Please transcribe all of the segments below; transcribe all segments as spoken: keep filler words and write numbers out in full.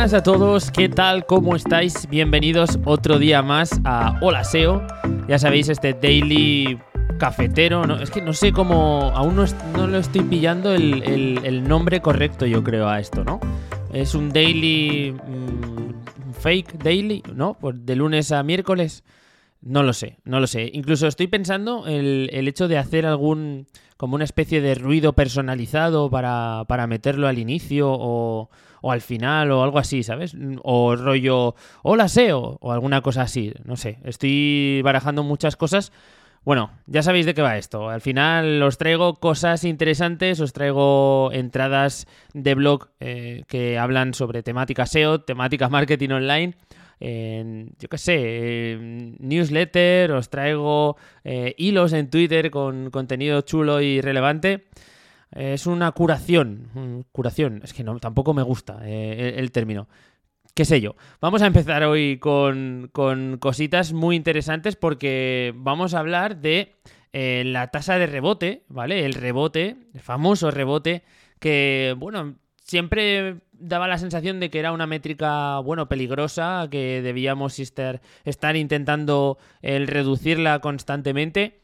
buenas a todos, ¿qué tal? ¿Cómo estáis? Bienvenidos otro día más a Hola S E O. Ya sabéis, este daily cafetero, ¿no? Es que no sé cómo, aún no, es, no lo estoy pillando el, el, el nombre correcto, yo creo, a esto, ¿no? Es un daily, mmm, fake daily, ¿no? Pues de lunes a miércoles. No lo sé, no lo sé. Incluso estoy pensando el, el hecho de hacer algún, como una especie de ruido personalizado para, para meterlo al inicio o, o al final o algo así, ¿sabes? O rollo, hola S E O o alguna cosa así, no sé. Estoy barajando muchas cosas. Bueno, ya sabéis de qué va esto. Al final os traigo cosas interesantes, os traigo entradas de blog eh, que hablan sobre temática S E O, temática marketing online. En, yo qué sé, eh, newsletter, os traigo eh, hilos en Twitter con contenido chulo y relevante. Eh, es una curación, curación, es que no, tampoco me gusta eh, el, el término. ¿Qué sé yo? Vamos a empezar hoy con, con cositas muy interesantes porque vamos a hablar de eh, la tasa de rebote, ¿vale? El rebote, el famoso rebote que, bueno, siempre daba la sensación de que era una métrica, bueno, peligrosa, que debíamos estar, estar intentando el reducirla constantemente.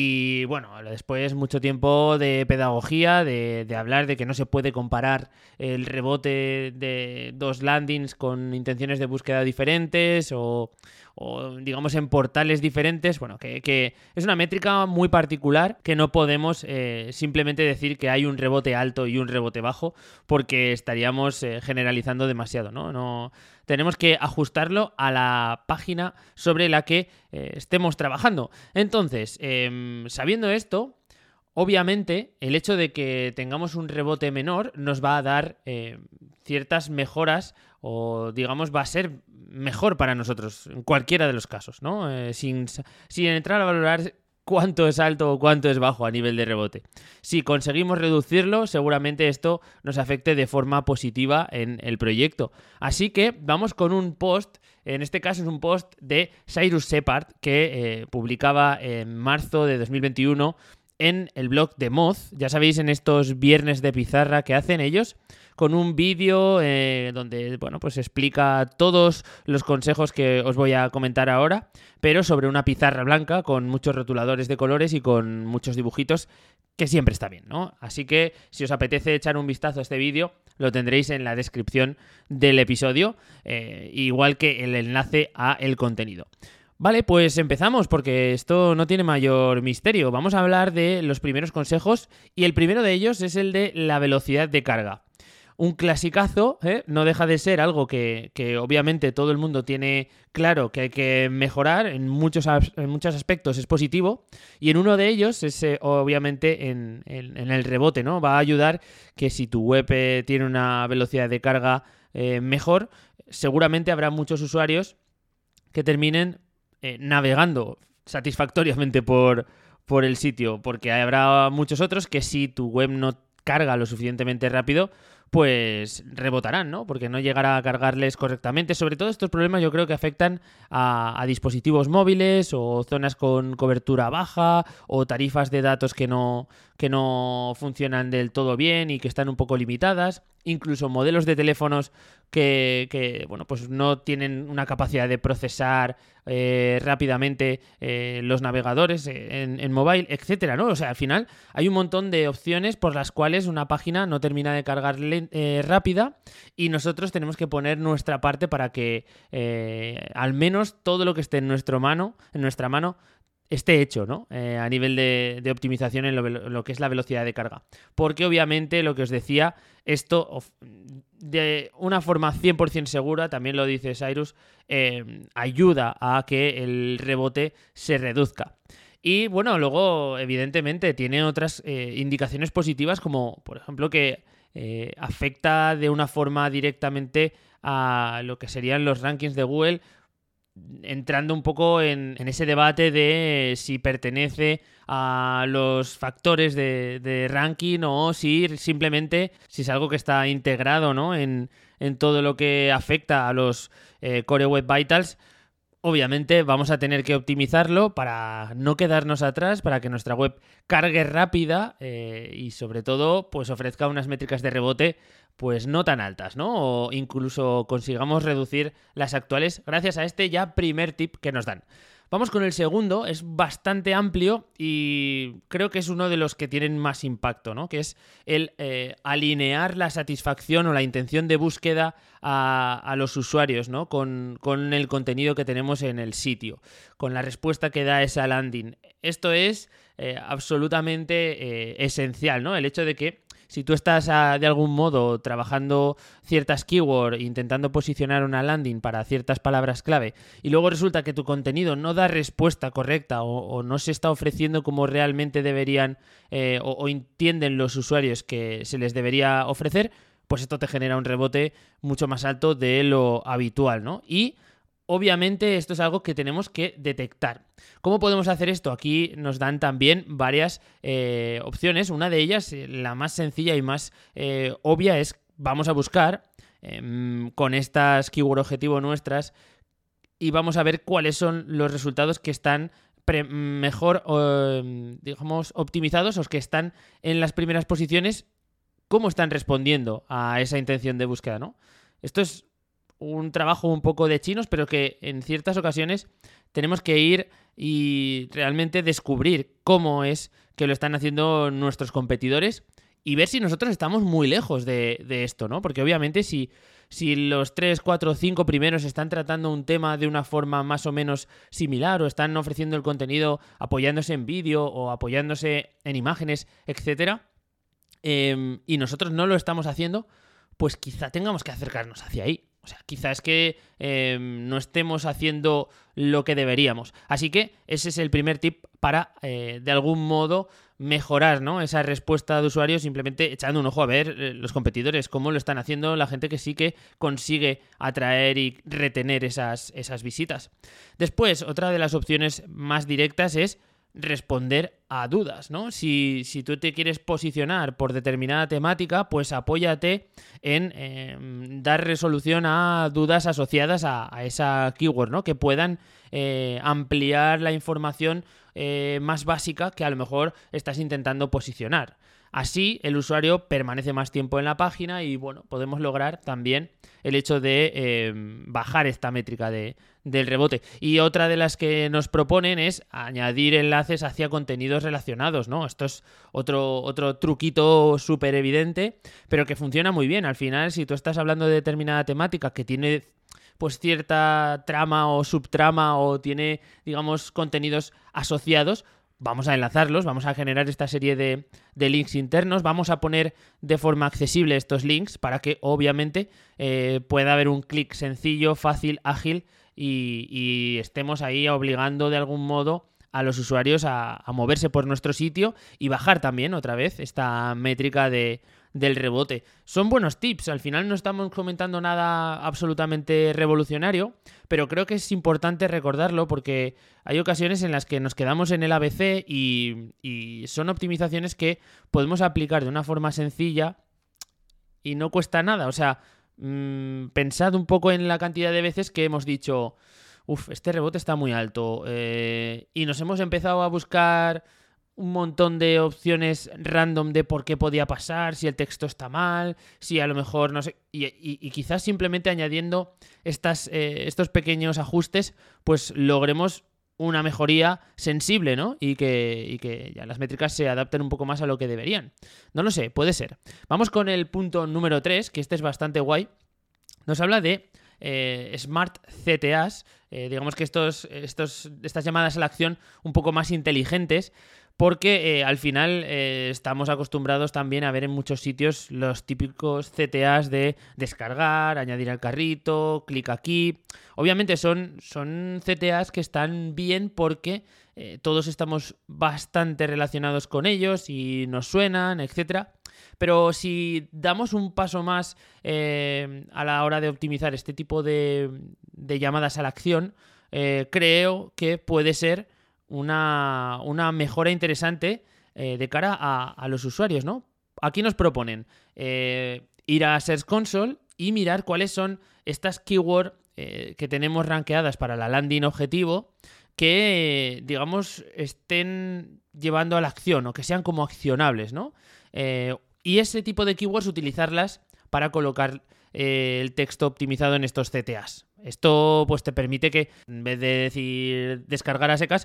Y bueno, después mucho tiempo de pedagogía, de, de hablar de que no se puede comparar el rebote de dos landings con intenciones de búsqueda diferentes o, o digamos en portales diferentes. Bueno, que, que es una métrica muy particular que no podemos eh, simplemente decir que hay un rebote alto y un rebote bajo porque estaríamos eh, generalizando demasiado, ¿no? No tenemos que ajustarlo a la página sobre la que eh, estemos trabajando. Entonces, eh, sabiendo esto, obviamente el hecho de que tengamos un rebote menor nos va a dar eh, ciertas mejoras o digamos va a ser mejor para nosotros en cualquiera de los casos, ¿no? Eh, sin, sin entrar a valorar cuánto es alto o cuánto es bajo a nivel de rebote. Si conseguimos reducirlo, seguramente esto nos afecte de forma positiva en el proyecto. Así que vamos con un post, en este caso es un post de Cyrus Shepard que eh, publicaba en marzo de dos mil veintiuno en el blog de Moz, ya sabéis, en estos viernes de pizarra que hacen ellos, con un vídeo eh, donde, bueno, pues explica todos los consejos que os voy a comentar ahora, pero sobre una pizarra blanca con muchos rotuladores de colores y con muchos dibujitos, que siempre está bien, ¿no? Así que si os apetece echar un vistazo a este vídeo, lo tendréis en la descripción del episodio, eh, igual que el enlace a el contenido. Vale, pues empezamos porque esto no tiene mayor misterio. Vamos a hablar de los primeros consejos y el primero de ellos es el de la velocidad de carga. Un clasicazo, ¿eh? No deja de ser algo que, que obviamente todo el mundo tiene claro que hay que mejorar, en muchos, en muchos aspectos es positivo y en uno de ellos es eh, obviamente en, en, en el rebote, ¿no? Va a ayudar que si tu web eh, tiene una velocidad de carga eh, mejor, seguramente habrá muchos usuarios que terminen Eh, navegando satisfactoriamente por, por el sitio, porque habrá muchos otros que si tu web no carga lo suficientemente rápido, pues rebotarán, ¿no? Porque no llegará a cargarles correctamente. Sobre todo estos problemas yo creo que afectan a, a dispositivos móviles o zonas con cobertura baja o tarifas de datos que no, que no funcionan del todo bien y que están un poco limitadas. Incluso modelos de teléfonos que, que bueno, pues no tienen una capacidad de procesar eh, rápidamente eh, los navegadores en, en mobile, etcétera, ¿no? O sea, al final hay un montón de opciones por las cuales una página no termina de cargar eh, rápida y nosotros tenemos que poner nuestra parte para que eh, al menos todo lo que esté en nuestra mano, en nuestra mano esté hecho, ¿no? Eh, a nivel de, de optimización en lo, lo que es la velocidad de carga. Porque obviamente, lo que os decía, esto de una forma cien por ciento segura, también lo dice Cyrus, eh, ayuda a que el rebote se reduzca. Y bueno, luego evidentemente tiene otras eh, indicaciones positivas como, por ejemplo, que eh, afecta de una forma directamente a lo que serían los rankings de Google, entrando un poco en, en ese debate de si pertenece a los factores de, de ranking o si simplemente si es algo que está integrado, ¿no? en, en todo lo que afecta a los eh, Core Web Vitals. Obviamente vamos a tener que optimizarlo para no quedarnos atrás, para que nuestra web cargue rápida eh, y sobre todo pues ofrezca unas métricas de rebote pues no tan altas, ¿no? O incluso consigamos reducir las actuales gracias a este ya primer tip que nos dan. Vamos con el segundo, es bastante amplio y creo que es uno de los que tienen más impacto, ¿no? Que es el eh, alinear la satisfacción o la intención de búsqueda a, a los usuarios, ¿no? Con, con el contenido que tenemos en el sitio, con la respuesta que da esa landing. Esto es eh, absolutamente eh, esencial, ¿no? El hecho de que si tú estás a, de algún modo trabajando ciertas keywords, intentando posicionar una landing para ciertas palabras clave y luego resulta que tu contenido no da respuesta correcta o, o no se está ofreciendo como realmente deberían eh, o, o entienden los usuarios que se les debería ofrecer, pues esto te genera un rebote mucho más alto de lo habitual, ¿no? Y obviamente esto es algo que tenemos que detectar. ¿Cómo podemos hacer esto? Aquí nos dan también varias eh, opciones. Una de ellas, la más sencilla y más eh, obvia, es vamos a buscar eh, con estas keyword objetivo nuestras y vamos a ver cuáles son los resultados que están pre- mejor, eh, digamos, optimizados o que están en las primeras posiciones, cómo están respondiendo a esa intención de búsqueda, ¿no? Esto es un trabajo un poco de chinos, pero que en ciertas ocasiones tenemos que ir y realmente descubrir cómo es que lo están haciendo nuestros competidores y ver si nosotros estamos muy lejos de, de esto, ¿no? Porque obviamente si, si los tres, cuatro, cinco primeros están tratando un tema de una forma más o menos similar o están ofreciendo el contenido apoyándose en vídeo o apoyándose en imágenes, etcétera, eh, y nosotros no lo estamos haciendo, pues quizá tengamos que acercarnos hacia ahí. O sea, quizás es que eh, no estemos haciendo lo que deberíamos. Así que ese es el primer tip para, eh, de algún modo, mejorar, ¿no?, esa respuesta de usuarios simplemente echando un ojo a ver eh, los competidores, cómo lo están haciendo la gente que sí que consigue atraer y retener esas, esas visitas. Después, otra de las opciones más directas es responder a dudas, ¿no? Si, si tú te quieres posicionar por determinada temática, pues apóyate en eh, dar resolución a dudas asociadas a, a esa keyword, ¿no? Que puedan eh, ampliar la información eh, más básica que a lo mejor estás intentando posicionar. Así el usuario permanece más tiempo en la página y bueno, podemos lograr también el hecho de eh, bajar esta métrica de, del rebote. Y otra de las que nos proponen es añadir enlaces hacia contenidos relacionados, ¿no? Esto es otro, otro truquito súper evidente, pero que funciona muy bien. Al final, si tú estás hablando de determinada temática que tiene pues cierta trama o subtrama o tiene, digamos, contenidos asociados, vamos a enlazarlos, vamos a generar esta serie de, de links internos, vamos a poner de forma accesible estos links para que obviamente eh, pueda haber un clic sencillo, fácil, ágil y, y estemos ahí obligando de algún modo a los usuarios a, a moverse por nuestro sitio y bajar también otra vez esta métrica de, del rebote. Son buenos tips, al final no estamos comentando nada absolutamente revolucionario, pero creo que es importante recordarlo porque hay ocasiones en las que nos quedamos en el A B C y, y son optimizaciones que podemos aplicar de una forma sencilla y no cuesta nada. O sea, mmm, pensad un poco en la cantidad de veces que hemos dicho, uff, este rebote está muy alto eh, y nos hemos empezado a buscar un montón de opciones random de por qué podía pasar, si el texto está mal, si a lo mejor no sé, y, y, y quizás simplemente añadiendo estas, eh, estos pequeños ajustes, pues logremos una mejoría sensible, ¿no? Y que, y que ya las métricas se adapten un poco más a lo que deberían. No lo sé, puede ser. Vamos con el punto número tres, que este es bastante guay. Nos habla de Eh, Smart C T As, eh, digamos que estos, estos, estas llamadas a la acción un poco más inteligentes, porque eh, al final eh, estamos acostumbrados también a ver en muchos sitios los típicos C T As de descargar, añadir al carrito, clic aquí. Obviamente son, son C T As que están bien porque eh, todos estamos bastante relacionados con ellos y nos suenan, etcétera. Pero si damos un paso más eh, a la hora de optimizar este tipo de, de llamadas a la acción, eh, creo que puede ser una, una mejora interesante eh, de cara a, a los usuarios, ¿no? Aquí nos proponen eh, ir a Search Console y mirar cuáles son estas keywords eh, que tenemos rankeadas para la landing objetivo que, digamos, estén llevando a la acción o que sean como accionables, ¿no? Eh, y ese tipo de keywords utilizarlas para colocar eh, el texto optimizado en estos C T As. Esto pues te permite que, en vez de decir descargar a secas,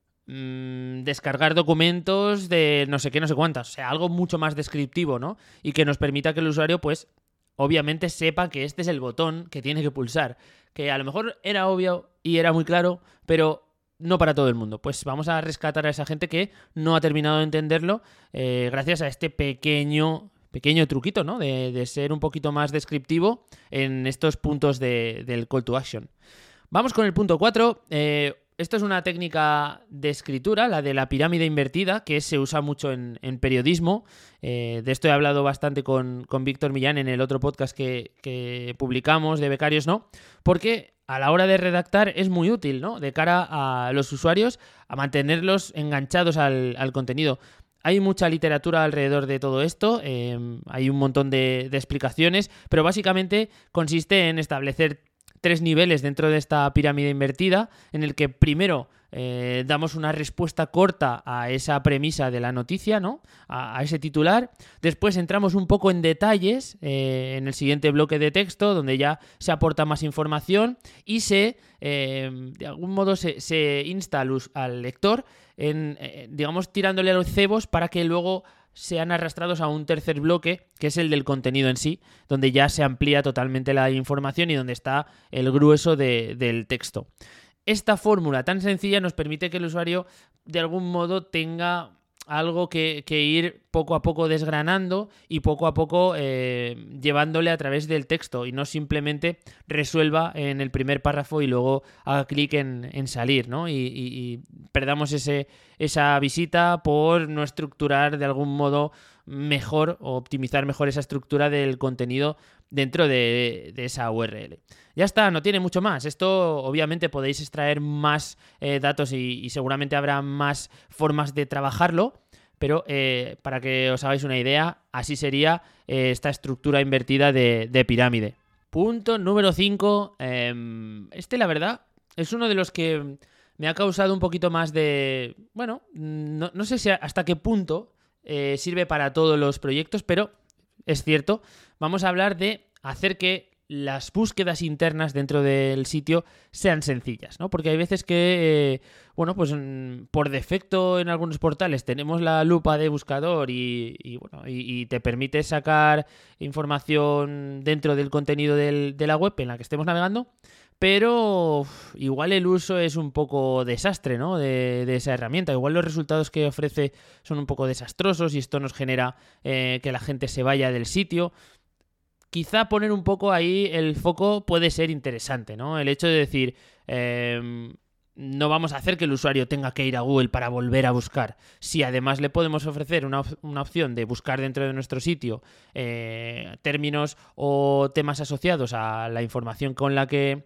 mmm, descargar documentos de no sé qué, no sé cuántas. O sea, algo mucho más descriptivo, ¿no? Y que nos permita que el usuario, pues, obviamente sepa que este es el botón que tiene que pulsar. Que a lo mejor era obvio y era muy claro, pero no para todo el mundo. Pues vamos a rescatar a esa gente que no ha terminado de entenderlo eh, gracias a este pequeño... pequeño truquito, ¿no? De, de ser un poquito más descriptivo en estos puntos de, del call to action. Vamos con el punto cuatro. Eh, esto es una técnica de escritura, la de la pirámide invertida, que se usa mucho en, en periodismo. Eh, de esto he hablado bastante con, con Víctor Millán en el otro podcast que, que publicamos de Becarios, ¿no? Porque a la hora de redactar es muy útil, ¿no? De cara a los usuarios, a mantenerlos enganchados al, al contenido. Hay mucha literatura alrededor de todo esto, eh, hay un montón de, de explicaciones, pero básicamente consiste en establecer tres niveles dentro de esta pirámide invertida, en el que primero eh, damos una respuesta corta a esa premisa de la noticia, ¿no? A, a ese titular. Después entramos un poco en detalles eh, en el siguiente bloque de texto, donde ya se aporta más información y se, eh, de algún modo se, se insta al, al lector en, eh, digamos, tirándole a los cebos para que luego sean arrastrados a un tercer bloque, que es el del contenido en sí, donde ya se amplía totalmente la información y donde está el grueso de, del texto. Esta fórmula tan sencilla nos permite que el usuario de algún modo tenga algo que, que ir poco a poco desgranando y poco a poco eh, llevándole a través del texto y no simplemente resuelva en el primer párrafo y luego haga clic en, en salir, ¿no? Y, y, y perdamos ese, esa visita por no estructurar de algún modo mejor o optimizar mejor esa estructura del contenido dentro de, de esa U R L. Ya está, no tiene mucho más. Esto obviamente podéis extraer más eh, datos y, y seguramente habrá más formas de trabajarlo, pero eh, para que os hagáis una idea, así sería eh, esta estructura invertida de, de pirámide. Punto número cinco. Eh, este, la verdad, es uno de los que me ha causado un poquito más de... Bueno, no, no sé si hasta qué punto eh, sirve para todos los proyectos, pero es cierto. Vamos a hablar de hacer que las búsquedas internas dentro del sitio sean sencillas, ¿no? Porque hay veces que, eh, bueno, pues por defecto en algunos portales tenemos la lupa de buscador y, y bueno, y, y te permite sacar información dentro del contenido del, de la web en la que estemos navegando, pero uf, igual el uso es un poco desastre, ¿no? De, de esa herramienta. Igual los resultados que ofrece son un poco desastrosos y esto nos genera eh, que la gente se vaya del sitio. Quizá poner un poco ahí el foco puede ser interesante, ¿no? El hecho de decir, eh, no vamos a hacer que el usuario tenga que ir a Google para volver a buscar. Si además le podemos ofrecer una, op- una opción de buscar dentro de nuestro sitio eh, términos o temas asociados a la información con la que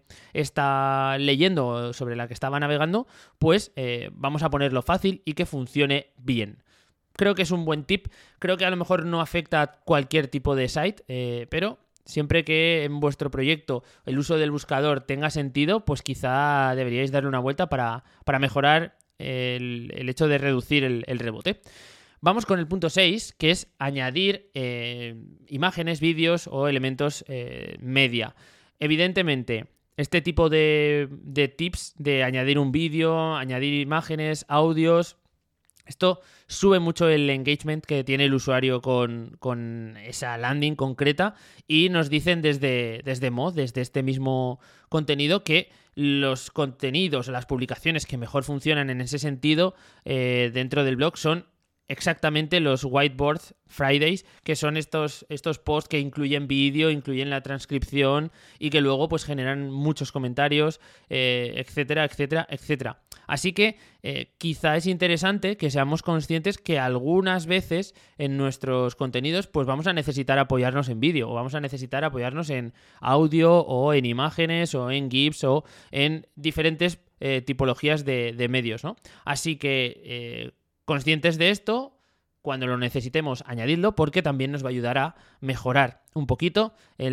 está leyendo o sobre la que estaba navegando, pues eh, vamos a ponerlo fácil y que funcione bien. Creo que es un buen tip. Creo que a lo mejor no afecta a cualquier tipo de site, eh, pero siempre que en vuestro proyecto el uso del buscador tenga sentido, pues quizá deberíais darle una vuelta para, para mejorar el, el hecho de reducir el, el rebote. Vamos con el punto seis, que es añadir eh, imágenes, vídeos o elementos eh, media. Evidentemente, este tipo de, de tips de añadir un vídeo, añadir imágenes, audios... Esto sube mucho el engagement que tiene el usuario con, con esa landing concreta y nos dicen desde, desde Moz, desde este mismo contenido, que los contenidos, las publicaciones que mejor funcionan en ese sentido eh, dentro del blog son exactamente los Whiteboard Fridays, que son estos, estos posts que incluyen vídeo, incluyen la transcripción y que luego pues generan muchos comentarios, eh, etcétera, etcétera, etcétera. Así que eh, quizá es interesante que seamos conscientes que algunas veces en nuestros contenidos pues vamos a necesitar apoyarnos en vídeo o vamos a necesitar apoyarnos en audio o en imágenes o en GIFs o en diferentes eh, tipologías de, de medios, ¿no? Así que... Eh, conscientes de esto, cuando lo necesitemos, añadidlo, porque también nos va a ayudar a mejorar un poquito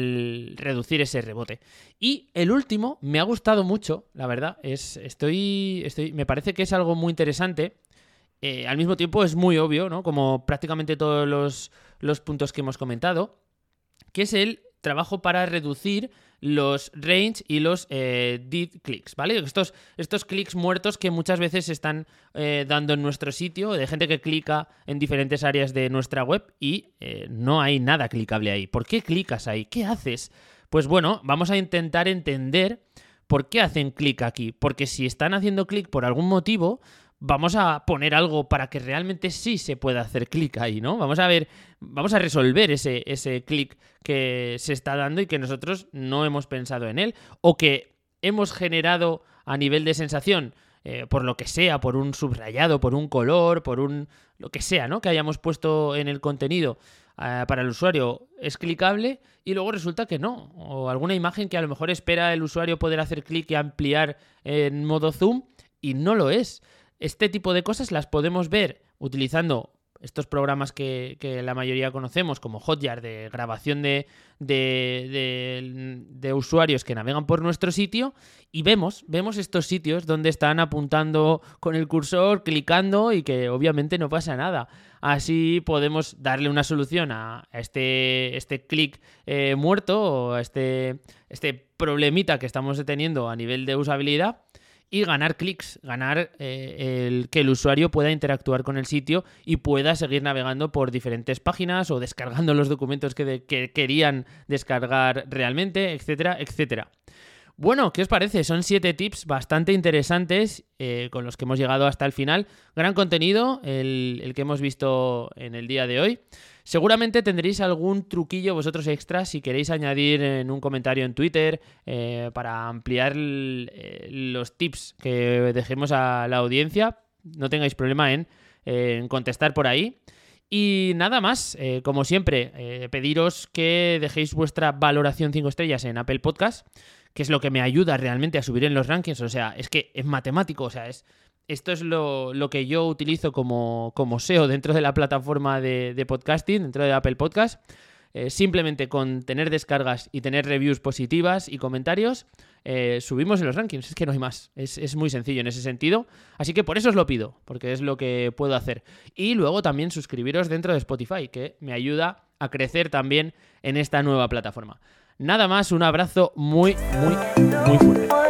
el reducir ese rebote. Y el último me ha gustado mucho, la verdad, es estoy, estoy me parece que es algo muy interesante. Eh, al mismo tiempo es muy obvio, ¿no? Como prácticamente todos los, los puntos que hemos comentado, que es el trabajo para reducir los range y los eh, dead clicks, ¿vale? Estos, estos clics muertos que muchas veces se están eh, dando en nuestro sitio, de gente que clica en diferentes áreas de nuestra web y eh, no hay nada clicable ahí. ¿Por qué clicas ahí? ¿Qué haces? Pues bueno, vamos a intentar entender por qué hacen clic aquí. Porque si están haciendo clic por algún motivo, vamos a poner algo para que realmente sí se pueda hacer clic ahí, ¿no? Vamos a ver, vamos a resolver ese, ese clic que se está dando y que nosotros no hemos pensado en él o que hemos generado a nivel de sensación, eh, por lo que sea, por un subrayado, por un color, por un lo que sea, ¿no? Que hayamos puesto en el contenido uh, para el usuario es clicable y luego resulta que no. O alguna imagen que a lo mejor espera el usuario poder hacer clic y ampliar en modo zoom y no lo es. Este tipo de cosas las podemos ver utilizando estos programas que, que la mayoría conocemos como Hotjar de grabación de, de, de, de usuarios que navegan por nuestro sitio y vemos, vemos estos sitios donde están apuntando con el cursor, clicando y que obviamente no pasa nada. Así podemos darle una solución a este, este clic eh, muerto o a este, este problemita que estamos teniendo a nivel de usabilidad y ganar clics, ganar eh, el que el usuario pueda interactuar con el sitio y pueda seguir navegando por diferentes páginas o descargando los documentos que, de, que querían descargar realmente, etcétera, etcétera. Bueno, ¿qué os parece? Son siete tips bastante interesantes eh, con los que hemos llegado hasta el final. Gran contenido el, el que hemos visto en el día de hoy. Seguramente tendréis algún truquillo vosotros extra si queréis añadir en un comentario en Twitter eh, para ampliar el, eh, los tips que dejemos a la audiencia. No tengáis problema en, eh, en contestar por ahí. Y nada más, eh, como siempre, eh, pediros que dejéis vuestra valoración cinco estrellas en Apple Podcast, que es lo que me ayuda realmente a subir en los rankings. O sea, es que es matemático, o sea, es... Esto es lo, lo que yo utilizo como, como S E O dentro de la plataforma de, de podcasting, dentro de Apple Podcast. Eh, simplemente con tener descargas y tener reviews positivas y comentarios, eh, subimos en los rankings. Es que no hay más. Es, es muy sencillo en ese sentido. Así que por eso os lo pido, porque es lo que puedo hacer. Y luego también suscribiros dentro de Spotify, que me ayuda a crecer también en esta nueva plataforma. Nada más, un abrazo muy, muy, muy fuerte.